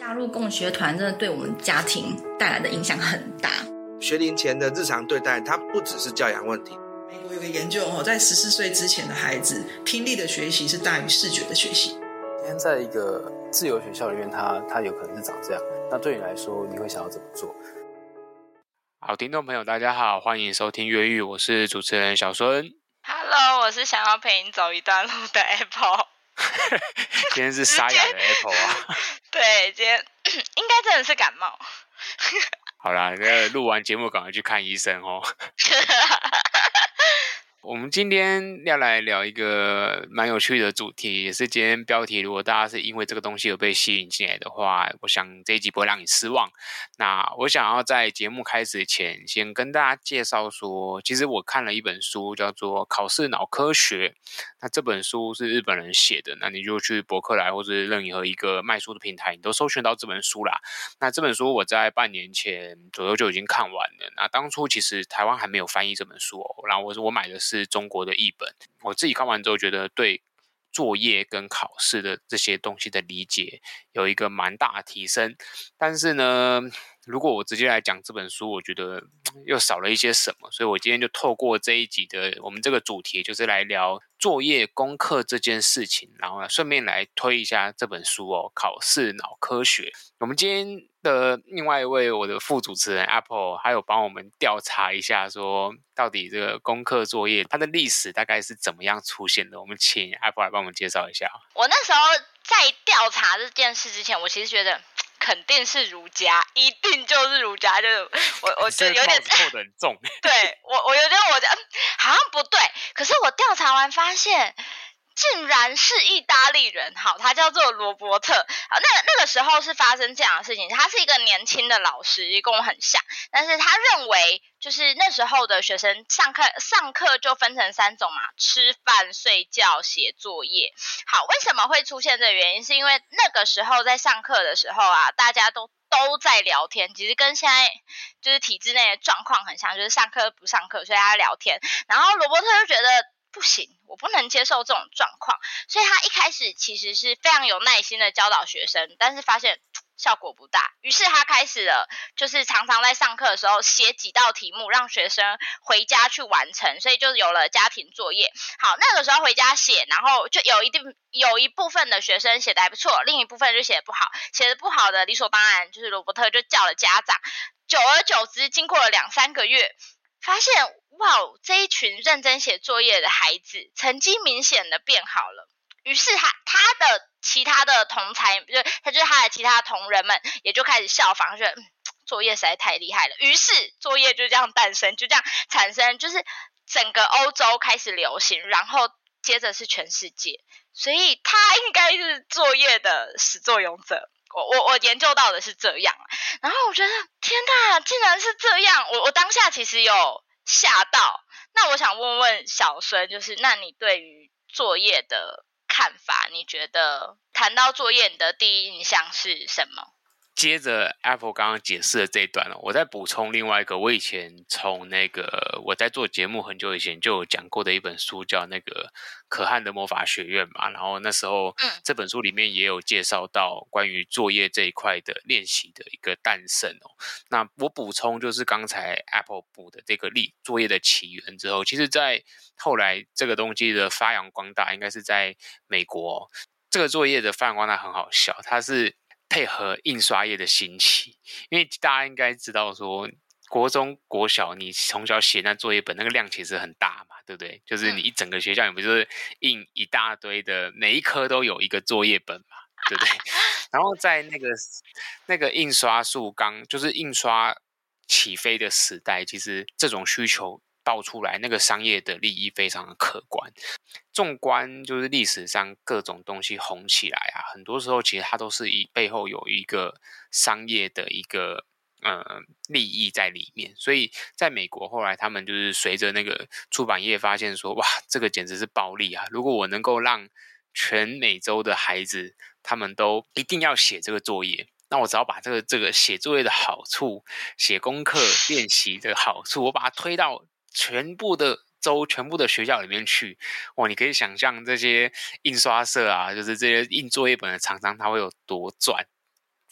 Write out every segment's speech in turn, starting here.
加入共学团真的对我们家庭带来的影响很大。 学龄前的日常对待，它不只是教养问题。 美国有个研究，在14岁之前的孩子，听力的学习是大于视觉的学习。 今天在一个自由学校里面，它有可能是长这样，那对你来说，你会想要怎么做？ 好，听众朋友大家好，欢迎收听越狱，我是主持人小孙。 Hello， 我是想要陪你走一段路的 Apple。 今天是沙哑的 Apple 啊。 对，今天应该真的是感冒。 好啦，录完节目赶快去看医生哦。我们今天要来聊一个蛮有趣的主题，也是今天标题，如果大家是因为这个东西而被吸引进来的话，我想这一集不会让你失望。那我想要在节目开始前先跟大家介绍说，其实我看了一本书叫做《考试脑科学》，那这本书是日本人写的，那你就去博客来或者任何一个卖书的平台，你都搜寻到这本书啦。那这本书我在半年前左右就已经看完了，那当初其实台湾还没有翻译这本书哦，然后我买的是中国的译本，我自己看完之后觉得对作业跟考试的这些东西的理解有一个蛮大的提升，但是呢，如果我直接来讲这本书，我觉得又少了一些什么，所以我今天就透过这一集的我们这个主题，就是来聊作业功课这件事情，然后呢，顺便来推一下这本书哦，《考试脑科学》。我们今天的另外一位我的副主持人 Apple 还有帮我们调查一下，说到底这个功课作业它的历史大概是怎么样出现的。我们请 Apple 来帮我们介绍一下。 我那时候在调查这件事之前，我其实觉得肯定是儒家，一定就是儒家，就是我觉得有点扣得很重。 对，我有点好像不对，可是我调查完发现竟然是意大利人，好，他叫做罗伯特。好，那个时候是发生这样的事情，他是一个年轻的老师，跟我很像，但是他认为就是那时候的学生上课就分成3种嘛，吃饭、睡觉、写作业。好，为什么会出现这个原因？是因为那个时候在上课的时候啊，大家都在聊天，其实跟现在就是体制内的状况很像，就是上课不上课，所以他聊天。然后罗伯特就觉得不行，我不能接受这种状况，所以他一开始其实是非常有耐心的教导学生，但是发现效果不大，于是他开始了，就是常常在上课的时候写几道题目让学生回家去完成，所以就有了家庭作业。好，那个时候回家写，然后就有一部分的学生写得还不错，另一部分就写得不好，写得不好的理所当然就是罗伯特就叫了家长，久而久之经过了2-3个月，发现哇，这一群认真写作业的孩子成绩明显的变好了，于是他的其他的同才，他的其他同仁们也就开始效仿，觉得作业实在太厉害了，于是作业就这样诞生，就这样产生，就是整个欧洲开始流行，然后接着是全世界，所以他应该是作业的始作俑者。我研究到的是这样，然后我觉得天哪，竟然是这样，我当下其实有吓到。那我想问问小孙，就是那你对于作业的看法，你觉得谈到作业你的第一印象是什么？ 接着 Apple 刚刚解释的这一段我再补充另外一个，我以前从我在做节目很久以前就有讲过的一本书，叫那个可汗的魔法学院嘛，然后那时候这本书里面也有介绍到关于作业这一块的练习的一个诞生那我补充就是刚才 Apple 补的这个作业的起源之后，其实在后来这个东西的发扬光大应该是在美国这个作业的发扬光大很好笑，它是配合印刷业的兴起，因为大家应该知道说国中国小你从小写那作业本那个量其实很大嘛，对不对？就是你一整个学校你不就是印一大堆的，每一科都有一个作业本嘛，对不对？然后在那个印刷术就是印刷起飞的时代，其实这种需求爆出来，那个商业的利益非常的可观。纵观就是历史上各种东西红起来很多时候其实它都是背后有一个商业的一个利益在里面，所以在美国后来他们就是随着那个出版业发现说，哇，这个简直是暴利啊！如果我能够让全美洲的孩子他们都一定要写这个作业，那我只要把这个写作业的好处、写功课练习的好处，我把它推到全部的全部的学校里面去，哇！你可以想象这些印刷社就是这些印作业本的厂商他会有多赚。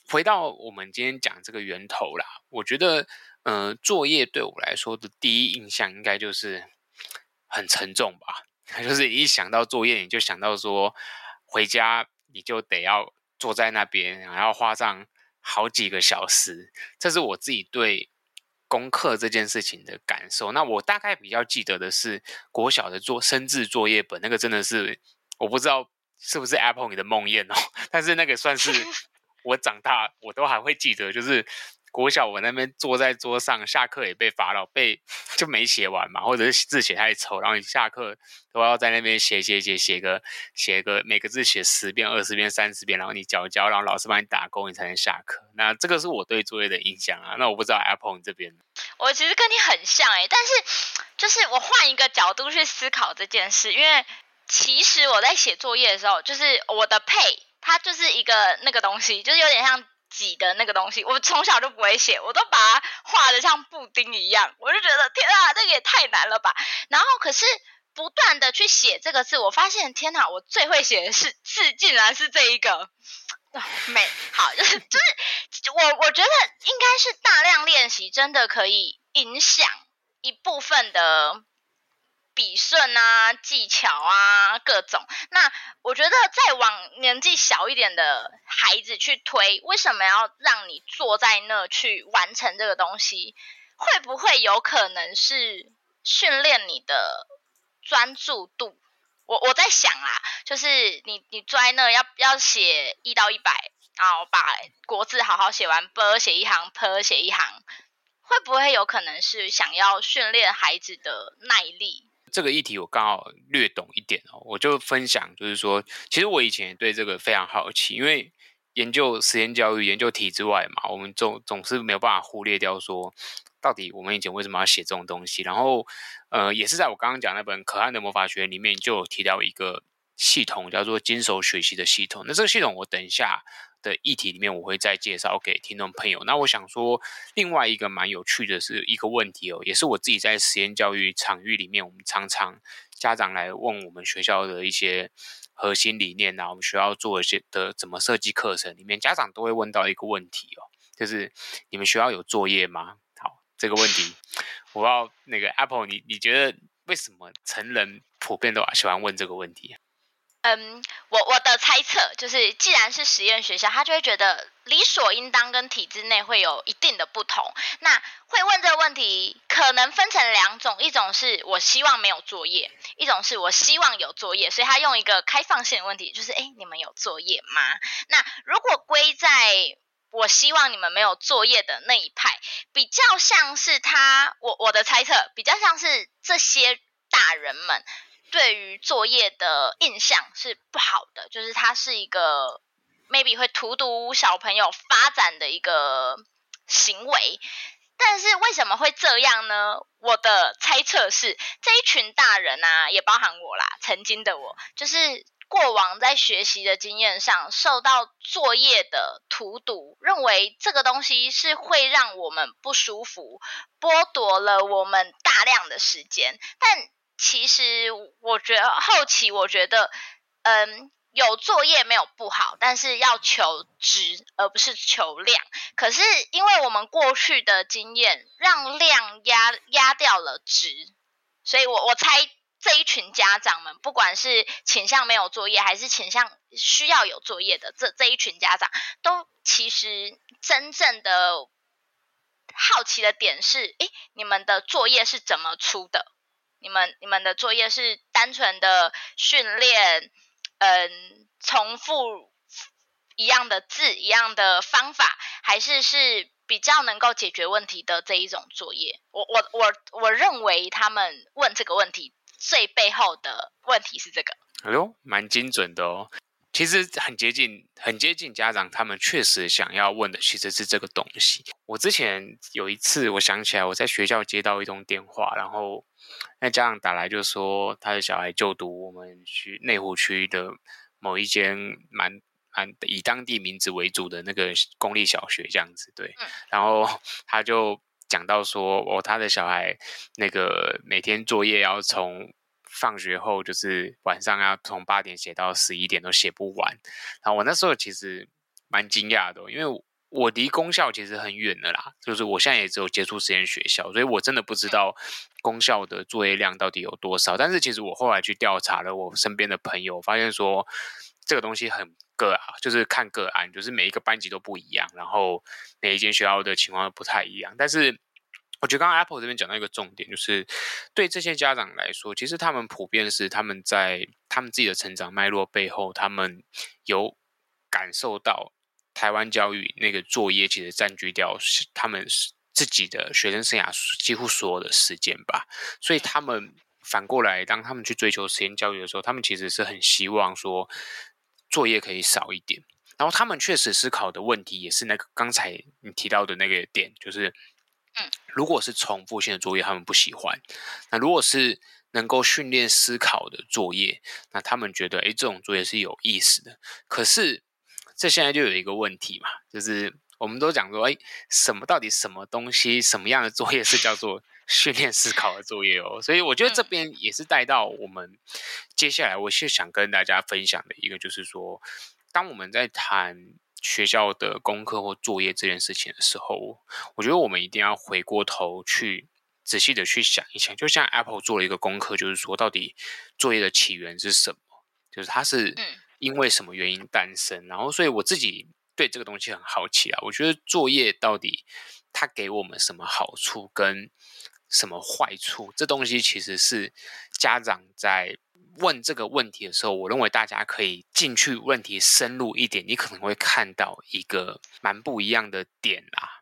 回到我们今天讲这个源头啦，我觉得作业对我来说的第一印象应该就是很沉重吧。就是一想到作业，你就想到说回家你就得要坐在那边，然后花上好几个小时，这是我自己对功课这件事情的感受。那我大概比较记得的是国小的生字作业本，那个真的是我不知道是不是 Apple 你的梦魇哦，但是那个算是我长大我都还会记得，就是国小我那边坐在桌上，下课也被罚到，就没写完嘛，或者是字写太丑，然后你下课都要在那边写个每个字写10遍、20遍、30遍，然后你交，然后老师帮你打勾，你才能下课。那这个是我对作业的印象啊。那我不知道 Apple 你这边， 我其实跟你很像但是就是我换一个角度去思考这件事，因为其实我在写作业的时候，就是我的配它就是一个那个东西，就是有点像挤的那个东西，我从小就不会写，我都把它画得像布丁一样，我就觉得天啊，这个也太难了吧。然后可是不断的去写这个字，我发现天哪，我最会写的字竟然是这一个美好，就是我觉得应该是大量练习真的可以影响一部分的笔顺啊、技巧啊各种。那我觉得再往年纪小一点的孩子去推，为什么要让你坐在那去完成这个东西？会不会有可能是训练你的专注度？我在想啦，就是你坐在那要写1到100，然后把国字好好写完，b 写一行，p 写一行，会不会有可能是想要训练孩子的耐力？ 这个议题我刚好略懂一点我就分享，就是说，其实我以前也对这个非常好奇，因为研究实验教育、研究体制外嘛，我们总是没有办法忽略掉说，到底我们以前为什么要写这种东西。然后，也是在我刚刚讲那本《可汗的魔法学》里面就有提到一个系统，叫做精手学习的系统。那这个系统我等一下的议题里面我会再介绍给听众朋友。那我想说，另外一个蛮有趣的是一个问题也是我自己在实验教育场域里面，我们常常家长来问我们学校的一些核心理念我们学校做一些的怎么设计课程里面，家长都会问到一个问题就是你们学校有作业吗？好，这个问题我不知道那个 Apple 你觉得为什么成人普遍都喜欢问这个问题？ 我的猜测就是，既然是实验学校，他就会觉得理所应当跟体制内会有一定的不同。那会问这个问题，可能分成2种，一种是我希望没有作业，一种是我希望有作业。所以他用一个开放性的问题，就是你们有作业吗？那如果归在我希望你们没有作业的那一派，比较像是我的猜测比较像是这些大人们对于作业的印象是不好的，就是它是一个 maybe 会荼毒小朋友发展的一个行为。但是为什么会这样呢？我的猜测是，这一群大人也包含我啦，曾经的我，就是过往在学习的经验上受到作业的荼毒，认为这个东西是会让我们不舒服，剥夺了我们大量的时间。但其实我觉得后期有作业没有不好，但是要求质而不是求量。可是因为我们过去的经验让量压掉了质，所以我猜这一群家长们，不管是倾向没有作业还是倾向需要有作业的这一群家长，都其实真正的好奇的点是，你们的作业是怎么出的？你们的作业是单纯的训练重复一样的字一样的方法，还是比较能够解决问题的这一种作业？我认为他们问这个问题最背后的问题是这个。 哎呦，蛮精准的其实很接近家长他们确实想要问的其实是这个东西。我之前有一次我想起来，我在学校接到一通电话，然后那家长打来就说他的小孩就读我们内湖区的某一间蛮以当地名字为主的那个公立小学这样子，对。然后他就讲到说他的小孩那个每天作业要从放学后就是晚上要从8点写到11点都写不完。然后我那时候其实蛮惊讶的因为我离公校其实很远的啦，就是我现在也只有接触实验学校，所以我真的不知道公校的作业量到底有多少。但是其实我后来去调查了我身边的朋友，发现说这个东西很就是看个案，就是每一个班级都不一样，然后每一间学校的情况都不太一样。但是我觉得刚刚 Apple 这边讲到一个重点，就是对这些家长来说，其实他们普遍是他们在他们自己的成长脉络背后，他们有感受到台湾教育那个作业其实占据掉他们自己的学生生涯几乎所有的时间吧，所以他们反过来，当他们去追求实验教育的时候，他们其实是很希望说作业可以少一点，然后他们确实思考的问题也是那个刚才你提到的那个点，就是如果是重复性的作业他们不喜欢，那如果是能够训练思考的作业，那他们觉得这种作业是有意思的。可是这现在就有一个问题嘛，就是我们都讲说到底什么东西什么样的作业是叫做训练思考的作业哦？所以我觉得这边也是带到我们接下来我是想跟大家分享的一个，就是说当我们在谈学校的功课或作业这件事情的时候，我觉得我们一定要回过头去仔细的去想一想，就像 Apple 做了一个功课，就是说到底作业的起源是什么，就是它是因为什么原因诞生，然后所以我自己对这个东西很好奇啊，我觉得作业到底它给我们什么好处跟什么坏处，这东西其实是家长在问这个问题的时候，我认为大家可以进去问题深入一点，你可能会看到一个蛮不一样的点啦。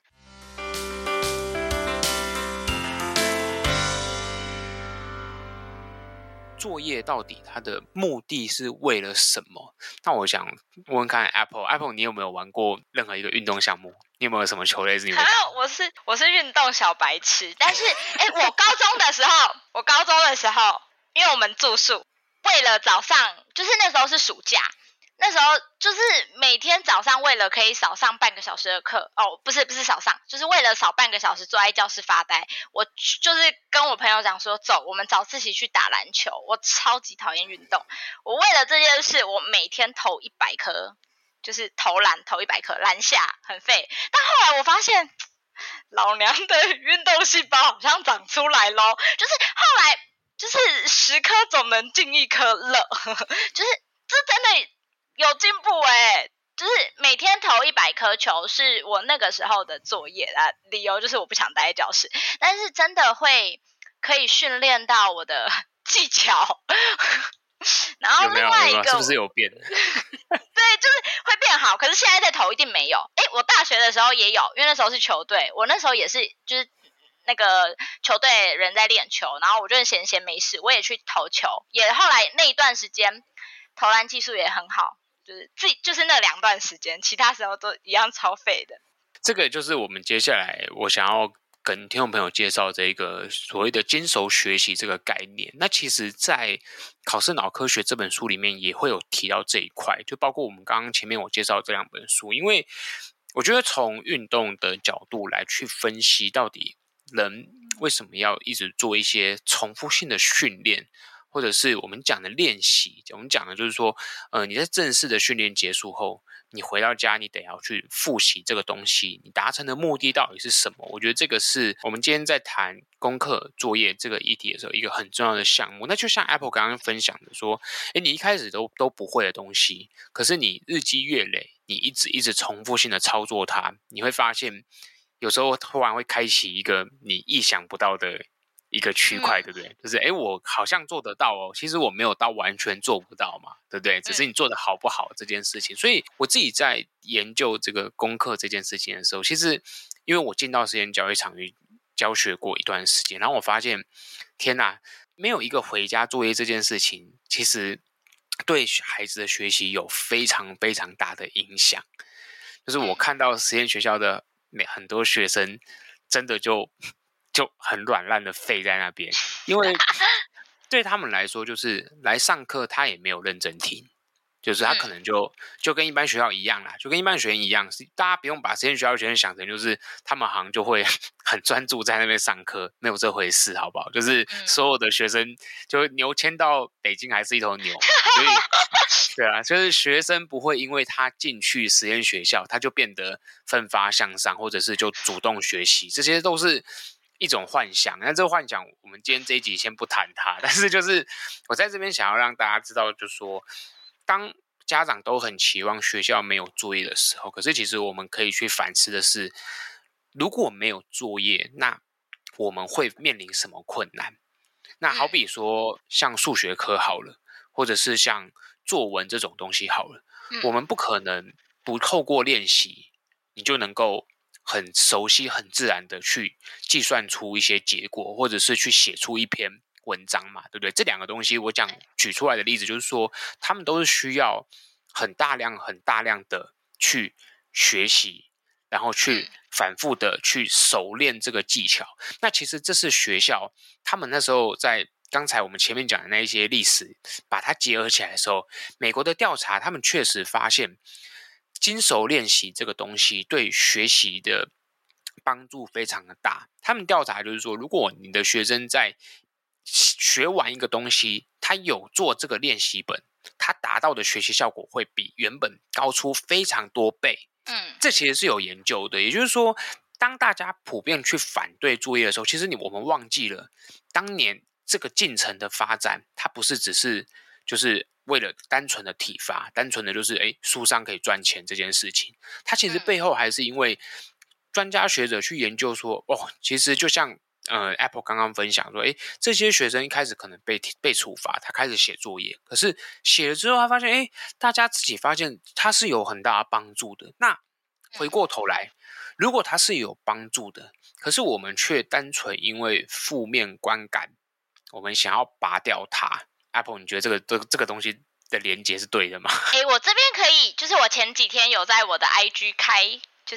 作业到底它的目的是为了什么？那我想问问看 Apple， 你有没有玩过任何一个运动项目？你有没有什么球类是你会打？ 我是运动小白痴，但是我高中的时候，因为我们住宿，为了早上，就是那时候是暑假，那时候就是每天早上为了可以少上半个小时的课，不是少上，就是为了少半个小时坐在教室发呆，我就是跟我朋友讲说，走，我们早自习去打篮球。我超级讨厌运动，我为了这件事，我每天投100颗，就是投100颗，篮下很废。但后来我发现，老娘的运动细胞好像长出来咯，就是后来就是10颗总能进1颗了，就是这真的有进步就是每天投100颗球是我那个时候的作业啦，理由就是我不想待在教室，但是真的可以训练到我的技巧。然后另外一个是不是有变？对， 就是会变好，可是现在在投一定没有。我大学的时候也有，因为那时候是球队，我那时候也是就是那个球队人在练球，然后我就闲没事，我也去投球，也后来那一段时间投篮技术也很好，就是那2段时间，其他时候都一样超废的。 这个就是我们接下来我想要跟听众朋友介绍这个所谓的精熟学习这个概念。那其实在考试脑科学这本书里面也会有提到这一块，就包括我们刚刚前面我介绍这2本书，因为我觉得从运动的角度来去分析到底人为什么要一直做一些重复性的训练，或者是我们讲的练习，我们讲的就是说你在正式的训练结束后，你回到家你得要去复习这个东西，你达成的目的到底是什么？我觉得这个是我们今天在谈功课作业这个议题的时候一个很重要的项目。那就像 Apple 刚刚分享的说，你一开始都不会的东西，可是你日积月累，你一直重复性的操作它，你会发现有时候突然会开启一个你意想不到的一个区块，对不对？就是我好像做得到其实我没有到完全做不到嘛，对不对？只是你做得好不好这件事情。所以我自己在研究这个功课这件事情的时候，其实因为我进到实验教育场域教学过一段时间，然后我发现天哪，没有一个回家作业这件事情其实对孩子的学习有非常非常大的影响。就是我看到实验学校的很多学生真的就很软烂的废在那边，因为对他们来说就是来上课他也没有认真听， 就是他可能就跟一般学校一样啦，就跟一般学生一样，大家不用把实验学校的学生想成就是他们好像就会很专注在那边上课，没有这回事，好不好？就是所有的学生，就牛迁到北京还是一头牛嘛，所以对啊，就是学生不会因为他进去实验学校，他就变得奋发向上，或者是就主动学习，这些都是一种幻想。那这个幻想，我们今天这一集先不谈它，但是就是我在这边想要让大家知道，就是说，当家长都很期望学校没有作业的时候，可是其实我们可以去反思的是，如果没有作业，那我们会面临什么困难？那好比说像数学科好了，或者是像作文这种东西好了，我们不可能不透过练习，你就能够很熟悉、很自然的去计算出一些结果，或者是去写出一篇文章嘛，对不对？这两个东西我举出来的例子就是说，他们都是需要很大量的去学习，然后去反复的去熟练这个技巧。那其实这是学校他们那时候在刚才我们前面讲的那一些历史，把它结合起来的时候，美国的调查他们确实发现，精熟练习这个东西对学习的帮助非常的大。他们调查就是说，如果你的学生在学完一个东西，他有做这个练习本，他达到的学习效果会比原本高出非常多倍。这其实是有研究的。也就是说，当大家普遍去反对作业的时候，其实我们忘记了当年这个进程的发展，它不是只是就是为了单纯的体罚，单纯的就是书商可以赚钱这件事情，它其实背后还是因为专家学者去研究说，其实就像Apple 刚刚分享说，这些学生一开始可能被处罚，他开始写作业，可是写了之后他发现，大家自己发现他是有很大的帮助的。那回过头来，如果他是有帮助的，可是我们却单纯因为负面观感，我们想要拔掉它。Apple， 你觉得这个东西的连结是对的吗？ 我这边可以，就是我前几天有在我的 IG 开，就是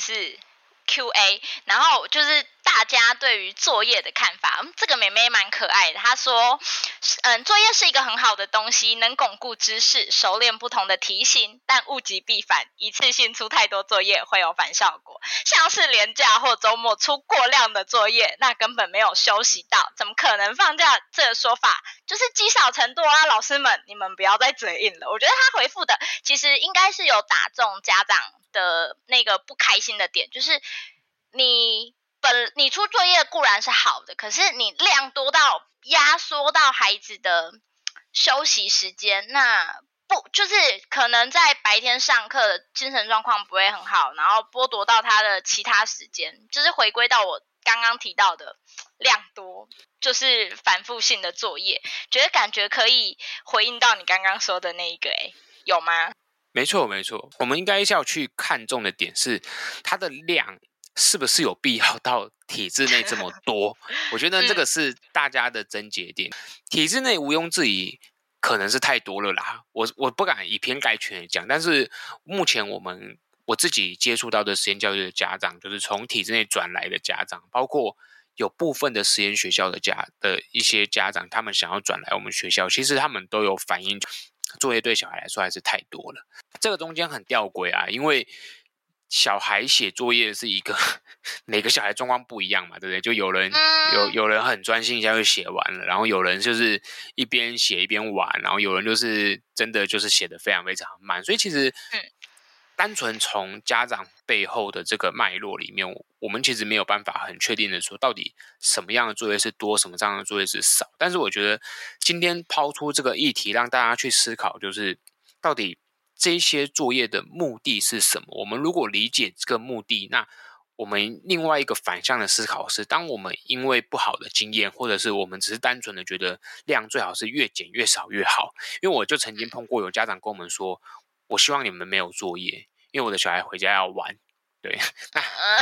QA， 然后就是大家对于作业的看法。这个妹妹蛮可爱的，她说，作业是一个很好的东西，能巩固知识，熟练不同的题型，但物极必反，一次性出太多作业会有反效果。像是连假或周末出过量的作业，那根本没有休息到，怎么可能放假？这个说法就是积少成多啊！老师们，你们不要再嘴硬了。我觉得他回复的其实应该是有打中家长的那个不开心的点，就是你出作业固然是好的，可是你量多到压缩到孩子的休息时间，那不就是可能在白天上课的精神状况不会很好，然后剥夺到他的其他时间，就是回归到我刚刚提到的量多，就是反复性的作业，感觉可以回应到你刚刚说的那一个，有吗？ 没错，我们应该要去看重的点是它的量是不是有必要到体制内这么多。我觉得这个是大家的症结点。体制内毋庸置疑可能是太多了啦，我不敢以偏概全的讲，但是目前我自己接触到的实验教育的家长，就是从体制内转来的家长，包括有部分的实验学校的一些家长，他们想要转来我们学校，其实他们都有反映作业对小孩来说还是太多了。这个中间很吊诡啊，因为小孩写作业是一个每个小孩状况不一样嘛，对不对？就有人很专心一下就写完了，然后有人就是一边写一边玩，然后有人就是真的就是写得非常非常慢。所以其实单纯从家长背后的这个脉络里面，我们其实没有办法很确定的说到底什么样的作业是多，什么样的作业是少。但是我觉得今天抛出这个议题让大家去思考，就是到底这些作业的目的是什么？我们如果理解这个目的，那我们另外一个反向的思考是，当我们因为不好的经验，或者是我们只是单纯的觉得量最好是越减越少越好。因为我就曾经碰过有家长跟我们说，我希望你们没有作业，因为我的小孩回家要玩。对，那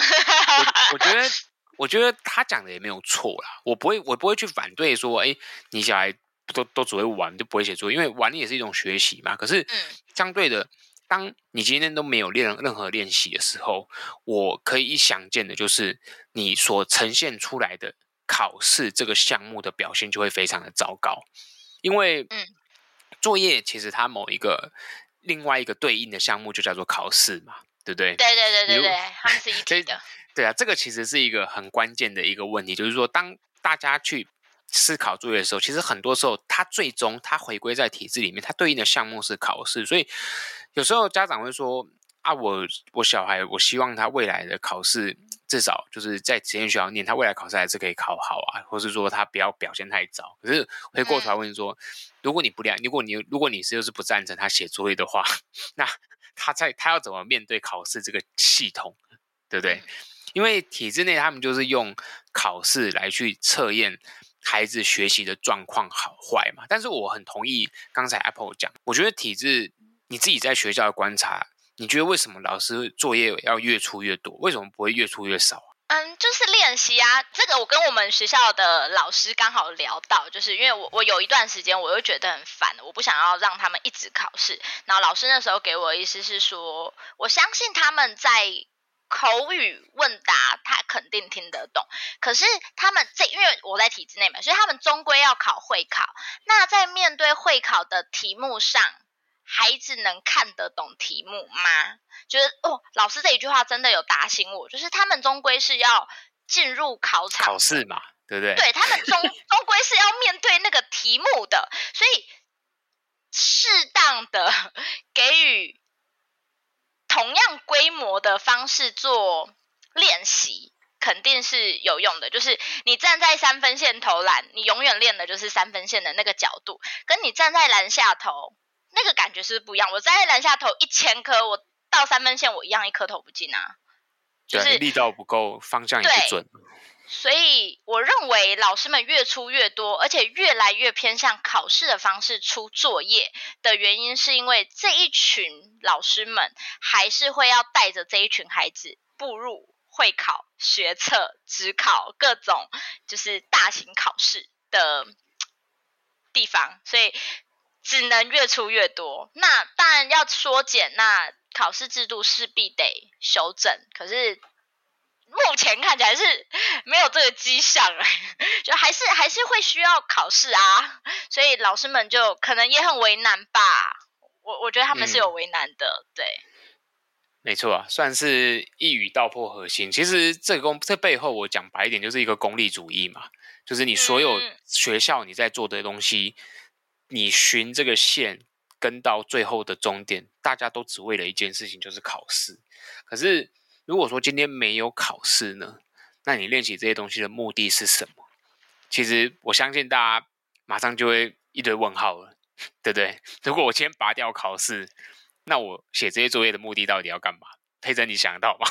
我觉得他讲的也没有错啦，我不会去反对说，你小孩都只会玩，就不会写作业，因为玩也是一种学习嘛。可是相对的，当你今天都没有任何练习的时候，我可以想见的就是你所呈现出来的考试这个项目的表现就会非常的糟糕。因为作业其实它某一个另外一个对应的项目就叫做考试嘛，对不对？ 对，他们是一体的。 对啊，这个其实是一个很关键的一个问题，就是说，当大家去思考作业的时候，其实很多时候它最终它回归在体制里面，它对应的项目是考试，所以有时候家长会说啊，我小孩，我希望他未来的考试至少就是在实验学校念，他未来考试还是可以考好啊，或是说他不要表现太糟。可是回过头来问说，如果你就是不赞成他写作业的话，那他要怎么面对考试这个系统，对不对？因为体制内他们就是用考试来去测验孩子学习的状况好坏嘛。但是我很同意刚才 Apple 讲，我觉得体制你自己在学校的观察，你觉得为什么老师作业要越出越多，为什么不会越出越少啊？ 就是练习啊，这个我跟我们学校的老师刚好聊到，就是因为我有一段时间我就觉得很烦，我不想要让他们一直考试，然后老师那时候给我的意思是说，我相信他们在口语问答他肯定听得懂，可是他们因为我在体制内嘛，所以他们终归要考会考，那在面对会考的题目上，孩子能看得懂题目吗？觉得老师这一句话真的有打醒我，就是他们终归是要进入考场考试嘛，对不对？ 对，他们终归是要面对那个题目的，所以适当的给予同样规模的方式做练习肯定是有用的，就是你站在3分线投篮，你永远练的就是3分线的那个角度，跟你站在篮下投那个感觉是不一样。我站在篮下投1000颗，我到3分线我一样1颗投不进啊，就是力道不够，方向也不准。 所以我认为老师们越出越多，而且越来越偏向考试的方式出作业的原因，是因为这一群老师们还是会要带着这一群孩子步入会考、学测、指考各种就是大型考试的地方，所以只能越出越多。那当然要缩减，那考试制度势必得修正，可是目前看起来是没有这个迹象，就还是会需要考试啊，所以老师们就可能也很为难吧。我觉得他们是有为难的，对。 没错啊，算是一语道破核心。其实这背后我讲白一点，就是一个功利主义嘛，就是你所有学校你在做的东西，你循这个线跟到最后的终点，大家都只为了一件事情，就是考试。可是如果说今天没有考试呢，那你练习这些东西的目的是什么？其实我相信大家马上就会一堆问号了，对不对？如果我今天拔掉考试，那我写这些作业的目的到底要干嘛？佩珍，你想到吗？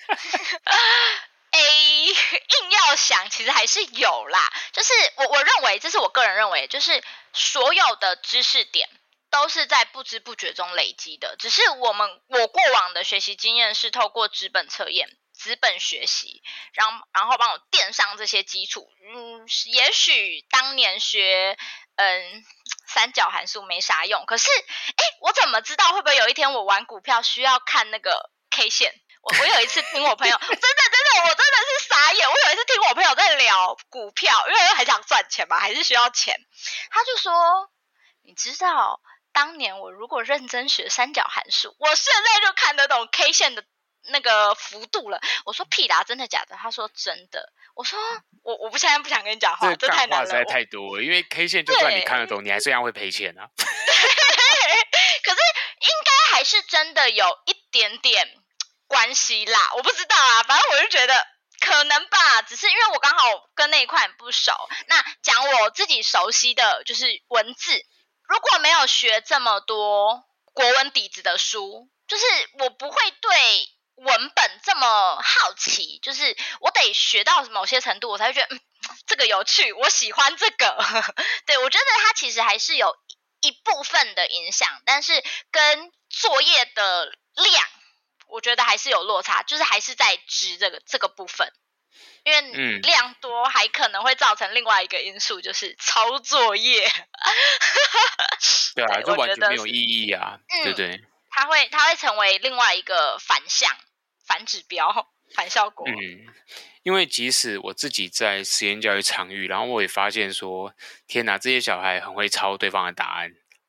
硬要想，其实还是有啦。就是我认为，这是我个人认为，就是所有的知识点都是在不知不觉中累积的，只是我过往的学习经验是透过纸本测验、纸本学习，然后帮我垫上这些基础。也许当年学三角函数没啥用，可是我怎么知道会不会有一天我玩股票需要看那个 K 线？我有一次听我朋友，真的，我真的是傻眼。我有一次听我朋友在聊股票，因为我很想赚钱嘛，还是需要钱。他就说，你知道当年我如果认真学三角函数，我现在就看得懂 K 线的那个幅度了。我说屁啦，真的假的？他说真的。我说我现在不想跟你讲话，这太难了， 实在太多了。因为 K 线就算你看得懂，你还是一样会赔钱啊。 可是应该还是真的有一点点关系啦，我不知道啊，反正我就觉得可能吧，只是因为我刚好跟那一块很不熟。那讲我自己熟悉的就是文字，如果没有学这么多国文底子的书，就是我不会对文本这么好奇，就是我得学到某些程度，我才会觉得这个有趣，我喜欢这个。对，我觉得它其实还是有一部分的影响，但是跟作业的量我觉得还是有落差，就是还是在值这个部分，因为量多还可能会造成另外一个因素，就是抄作业。 对啊，就完全没有意义啊，对不对？ 它会成为另外一个反向、反指标、反效果。 因为即使我自己在实验教育场域，然后我也发现说，天哪，这些小孩很会抄对方的答案，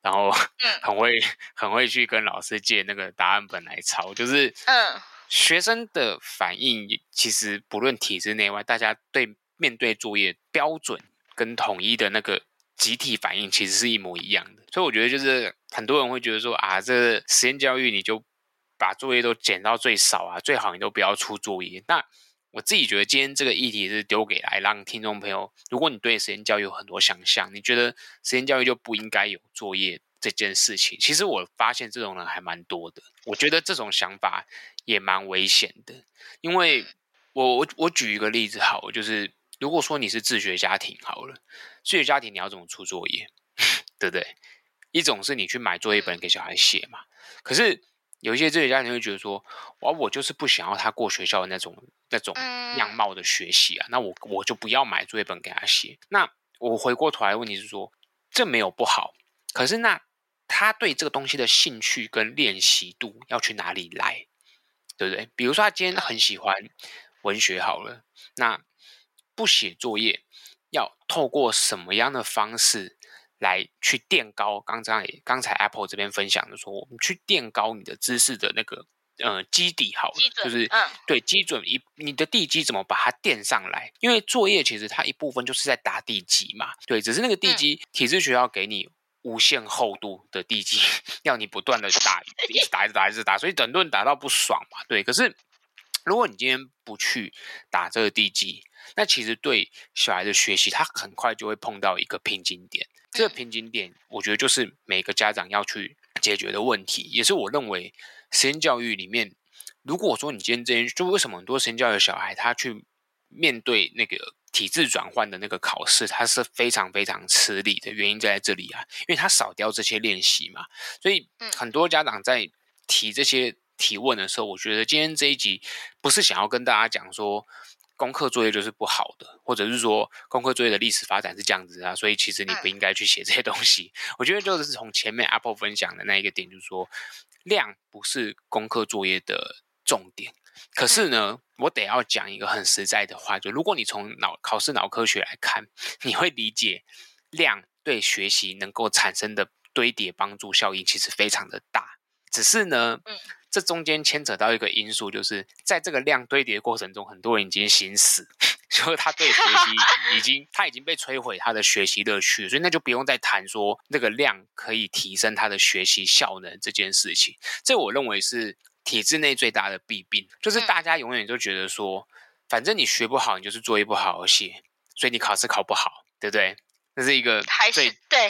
然后很会去跟老师借那个答案本来抄，就是学生的反应其实不论体制内外，大家面对作业标准跟统一的那个集体反应其实是一模一样的。所以我觉得就是很多人会觉得说啊，这个实验教育你就把作业都减到最少啊，最好你都不要出作业。那我自己觉得今天这个议题是丢给来让听众朋友，如果你对实验教育有很多想象，你觉得实验教育就不应该有作业这件事情，其实我发现这种人还蛮多的。我觉得这种想法也蛮危险的，因为我举一个例子好，就是如果说你是自学家庭好了，自学家庭你要怎么出作业，对不对？一种是你去买作业本给小孩写嘛，可是有一些自学家庭会觉得说，我就是不想要他过学校的那种样貌的学习啊，那我就不要买作业本给他写。那我回过头来问题是说，这没有不好，可是那他对这个东西的兴趣跟练习度要去哪里来，对不对？比如说他今天很喜欢文学好了，那不写作业要透过什么样的方式来去垫高？刚才 Apple 这边分享的说，我们去垫高你的知识的那个基底好了，就是对基准，你的地基怎么把它垫上来？因为作业其实它一部分就是在打地基嘛，对，只是那个地基体制学校给你无限厚度的地基，要你不断的打，一直打，所以很多人打到不爽嘛，对。可是如果你今天不去打这个地基，那其实对小孩的学习，他很快就会碰到一个瓶颈点。这个瓶颈点，我觉得就是每个家长要去解决的问题，也是我认为实验教育里面，如果说你今天就为什么很多实验教育的小孩，他去面对那个体制转换的那个考试，他是非常非常吃力的原因在这里啊，因为他少掉这些练习嘛，所以很多家长在提这些提问的时候，我觉得今天这一集不是想要跟大家讲说功课作业就是不好的，或者是说功课作业的历史发展是这样子啊，所以其实你不应该去写这些东西。我觉得就是从前面 Apple 分享的那一个点，就是说量不是功课作业的重点。可是呢，我得要讲一个很实在的话，就如果你从考试脑科学来看，你会理解量对学习能够产生的堆叠帮助效应其实非常的大。只是呢，这中间牵扯到一个因素，就是在这个量堆叠的过程中，很多人已经心死，就是他对学习他已经被摧毁他的学习乐趣，所以那就不用再谈说那个量可以提升他的学习效能这件事情。这我认为是体制内最大的弊病，就是大家永远都觉得说，反正你学不好，你就是作业不好好写，所以你考试考不好，对不对？这是一个还是对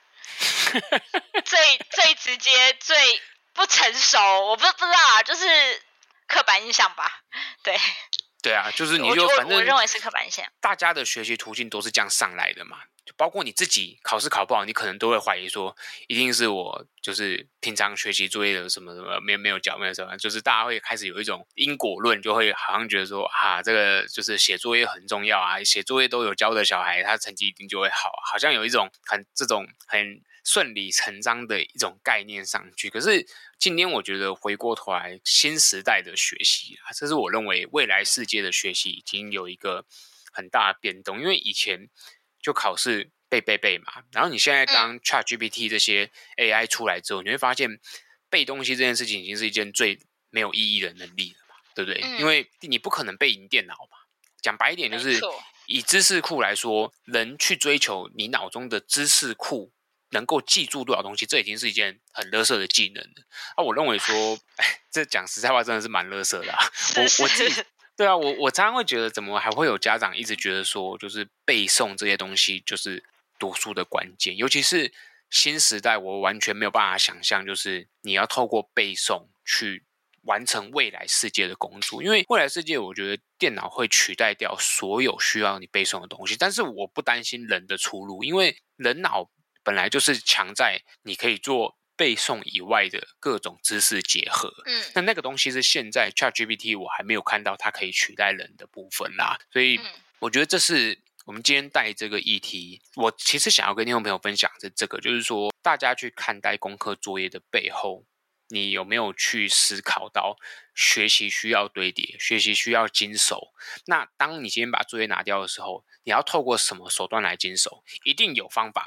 最直接最不成熟，我不知道啊，就是刻板印象吧。对啊，就是你就反正我认为是刻板印象。 大家的学习途径都是这样上来的嘛，就包括你自己考试考不好，你可能都会怀疑说，一定是我就是平常学习作业的什么没有交，没有什么，就是大家会开始有一种因果论，就会好像觉得说啊，这个就是写作业很重要啊，写作业都有教的小孩，他成绩一定就会好，好像有一种这种很顺理成章的一种概念上去。可是今天我觉得回过头来，新时代的学习啊，这是我认为未来世界的学习已经有一个很大的变动。因为以前就考试背嘛，然后你现在当 ChatGPT 这些 AI 出来之后，你会发现背东西这件事情已经是一件最没有意义的能力了嘛，对不对？因为你不可能背赢电脑嘛。讲白一点，就是以知识库来说，人去追求你脑中的知识库能够记住多少东西，这已经是一件很垃圾的技能了。我认为说，这讲实在话真的是蛮垃圾的啊。我自己对啊，我常常会觉得，怎么还会有家长一直觉得说，就是背诵这些东西就是读书的关键，尤其是新时代，我完全没有办法想象，就是你要透过背诵去完成未来世界的工作。因为未来世界，我觉得电脑会取代掉所有需要你背诵的东西，但是我不担心人的出路，因为人脑本来就是强在你可以做背诵以外的各种知识结合，那个东西是现在 ChatGPT 我还没有看到它可以取代人的部分啦，所以我觉得这是我们今天带这个议题，我其实想要跟听众朋友分享的这个，就是说大家去看待功课作业的背后，你有没有去思考到学习需要堆叠，学习需要精熟？那当你今天把作业拿掉的时候，你要透过什么手段来精熟？一定有方法，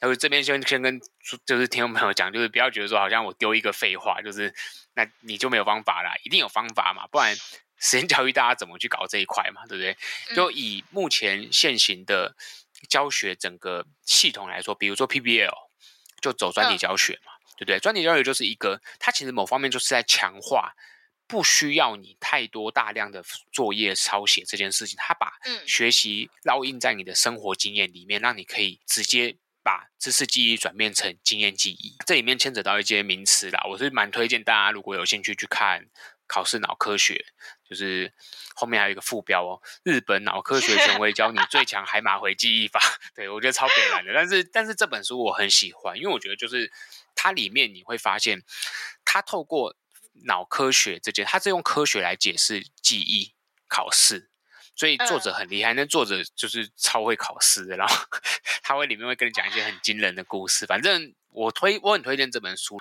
然后这边先跟就是听众朋友讲，就是不要觉得说好像我丢一个废话，就是那你就没有方法啦，一定有方法嘛，不然实验教育大家怎么去搞这一块嘛，对不对？就以目前现行的教学整个系统来说，比如说 PBL 就走专题教学嘛，对不对？专题教学就是一个，它其实某方面就是在强化不需要你太多大量的作业抄写这件事情，它把学习烙印在你的生活经验里面，让你可以直接把知识记忆转变成经验记忆。这里面牵扯到一些名词啦，我是蛮推荐大家如果有兴趣去看考试脑科学，就是后面还有一个副标哦，日本脑科学权威教你最强海马回记忆法。对，我觉得超北蓝的，但是这本书我很喜欢，因为我觉得就是它里面你会发现，它透过脑科学这件，它是用科学来解释记忆考试，所以作者很厉害。那作者就是超会考试的，然后他里面会跟你讲一些很惊人的故事。反正我很推荐这本书。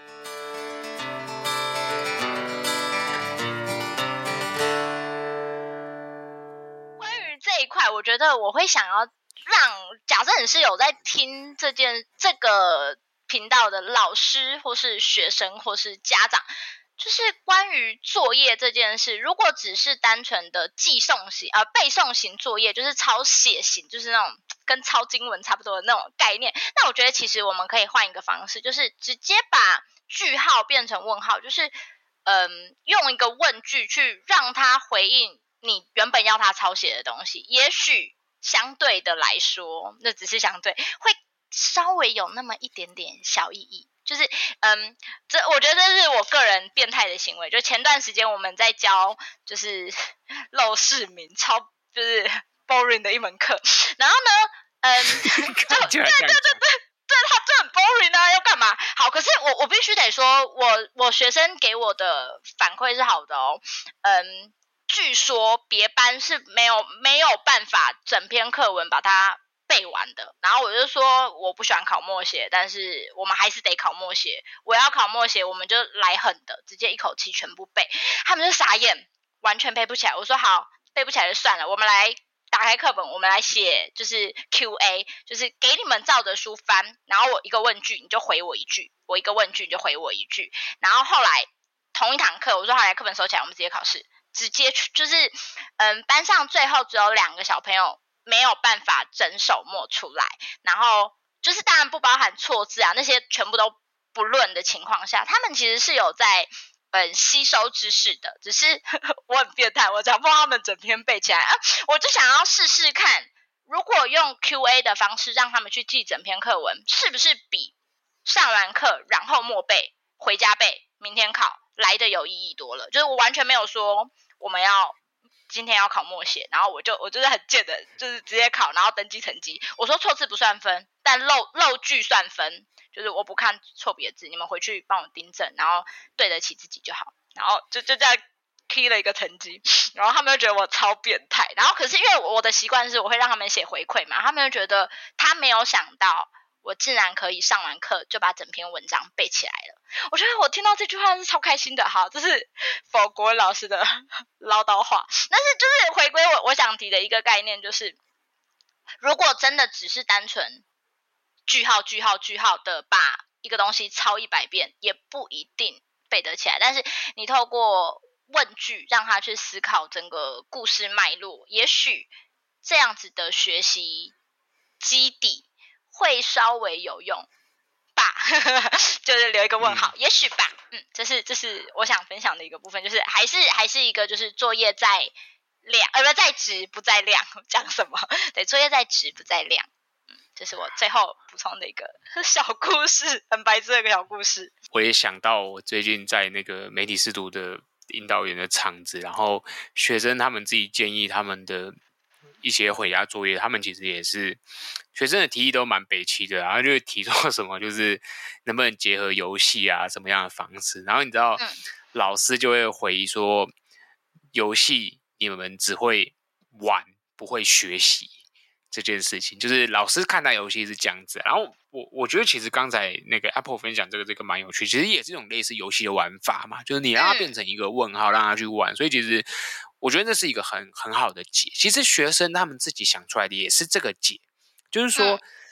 关于这一块，我觉得我会想要假设你是有在听这个频道的老师或是学生或是家长，就是关于作业这件事，如果只是单纯的背诵型作业，就是抄写型，就是那种跟抄经文差不多的那种概念，那我觉得其实我们可以换一个方式，就是直接把句号变成问号，就是用一个问句去让他回应你原本要他抄写的东西，也许相对的来说，那只是相对会稍微有那么一点点小意义。就是我觉得这是我个人变态的行为。就前段时间我们在教就是陋室铭就是 boring 的一门课，然后呢对，他真的很 boring 啊，要干嘛？好，可是我必须得说，我学生给我的反馈是好的哦。据说别班是没有办法整篇课文把它背完的，然后我就说我不喜欢考默写，但是我们还是得考默写。我要考默写，我们就来狠的，直接一口气全部背。他们就傻眼，完全背不起来。我说好，背不起来就算了，我们来打开课本，我们来写就是 QA， 就是给你们照着书翻，然后我一个问句你就回我一句，我一个问句你就回我一句。然后后来同一堂课，我说好，来课本收起来，我们直接考试。直接就是班上最后只有2个小朋友没有办法整首默出来，然后就是当然不包含错字啊，那些全部都不论的情况下，他们其实是有在吸收知识的，只是我很变态，我强迫他们整篇背起来我就想要试试看，如果用 QA 的方式让他们去记整篇课文，是不是比上完课然后默背回家背明天考来的有意义多了。就是我完全没有说我们今天要考默写，然后我就是很贱的，就是直接考，然后登记成绩。我说错字不算分，但漏句算分，就是我不看错别字，你们回去帮我订正，然后对得起自己就好。然后就这样 key 了一个成绩，然后他们就觉得我超变态。然后可是因为我的习惯是我会让他们写回馈嘛，他们就觉得他没有想到我竟然可以上完课就把整篇文章背起来了。我觉得我听到这句话是超开心的。好，这是否国文老师的唠叨话。但是就是回归我想提的一个概念，就是如果真的只是单纯句号句号句号的把一个东西抄100遍，也不一定背得起来。但是你透过问句让他去思考整个故事脉络，也许这样子的学习基底会稍微有用吧就是留一个问号，也许吧。这是我想分享的一个部分，就是还是一个就是作业在在质不在量，讲什么？对，作业在质不在量。这是我最后补充的一个小故事，很白痴的一个小故事。 我也想到我最近在那个媒体识读的引导员的场子，然后学生他们自己建议他们的一些回家作业，他们其实也是学生的提议都蛮北七的，然后就提出什么就是能不能结合游戏啊什么样的方式，然后你知道老师就会回说游戏你们只会玩不会学习这件事情，就是老师看待游戏是这样子。然后我觉得其实刚才那个 Apple 分享这个蛮有趣，其实也是一种类似游戏的玩法嘛，就是你让它变成一个问号让它去玩，所以其实我觉得这是一个很好的解。其实学生他们自己想出来的也是这个解，就是说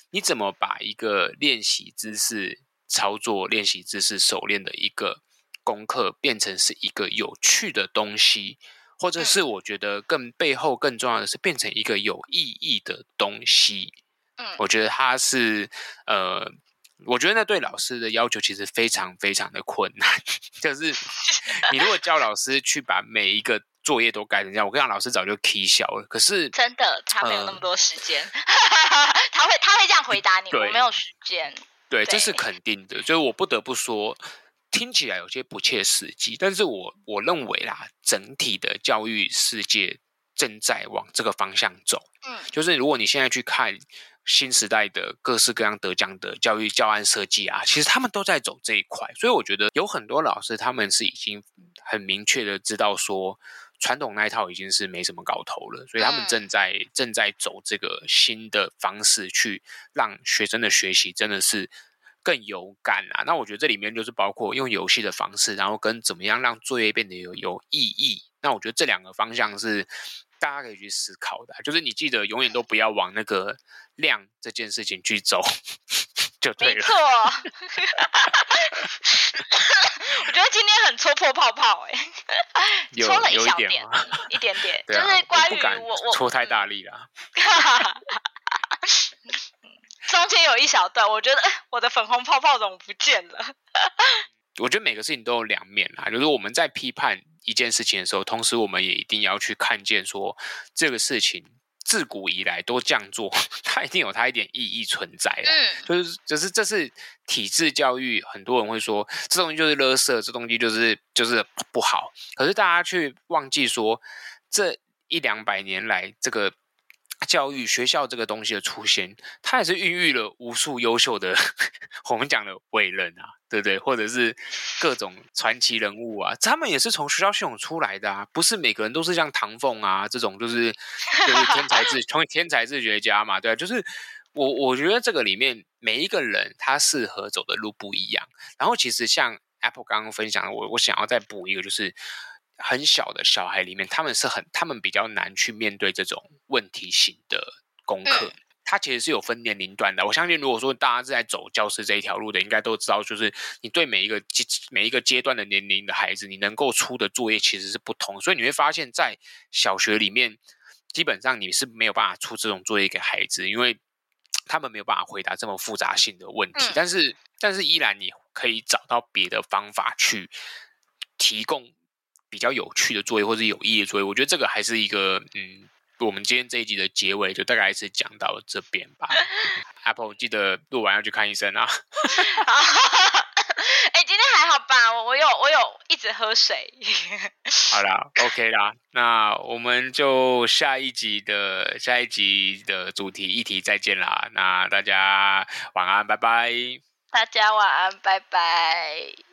你怎么把一个练习姿势操作、练习姿势熟练的一个功课变成是一个有趣的东西，或者是我觉得背后更重要的是变成一个有意义的东西。我觉得它是我觉得那对老师的要求其实非常非常的困难，就是你如果教老师去把每一个作业都改成这样，我跟你讲，老师早就起笑了。可是真的，他没有那么多时间，他会这样回答你，我没有时间。 对，这是肯定的。就是我不得不说，听起来有些不切实际，但是我认为啦，整体的教育世界正在往这个方向走。就是如果你现在去看新时代的各式各样得奖的教育教案设计啊，其实他们都在走这一块。所以我觉得有很多老师他们是已经很明确的知道说，传统那一套已经是没什么搞头了，所以他们正在走这个新的方式，去让学生的学习真的是更有感啊。那我觉得这里面就是包括用游戏的方式，然后跟怎么样让作业变得有意义。那我觉得这两个方向是大家可以去思考的，就是你记得永远都不要往那个量这件事情去走就对了。 没错我觉得今天很戳破泡泡戳了一小点一点点对啊， 就是关于我戳太大力啦中间有一小段我觉得我的粉红泡泡怎么不见了我觉得每个事情都有两面啦，就是我们在批判一件事情的时候，同时我们也一定要去看见说这个事情自古以来都这样做，它一定有它一点意义存在啦。就是这是体制教育，很多人会说这东西就是垃圾，这东西就是不好。可是大家去忘记说，这100-200年来这个教育学校这个东西的出现，它也是孕育了无数优秀的我们讲的伟人啊，对不对？或者是各种传奇人物啊，他们也是从学校系统出来的啊，不是每个人都是像唐凤啊这种就是天才自学家嘛，对啊，就是我觉得这个里面每一个人他适合走的路不一样。然后其实像 Apple 刚刚分享的，我想要再补一个，就是很小的小孩里面，他们比较难去面对这种问题型的功课。它其实是有分年龄段的。我相信如果说大家是在走教师这一条路的，应该都知道，就是你对每一个阶段的年龄的孩子，你能够出的作业其实是不同。所以你会发现在小学里面，基本上你是没有办法出这种作业给孩子，因为他们没有办法回答这么复杂性的问题。但是依然你可以找到别的方法去提供比较有趣的作业或者有意义的作业。我觉得这个还是一个我们今天这一集的结尾就大概是讲到这边吧。Apple 记得录完要去看医生啊。 今天还好吧？我有一直喝水。 好啦 OK 啦，那我们就下一集的主题议题再见啦。那大家晚安，拜拜。 大家晚安，拜拜。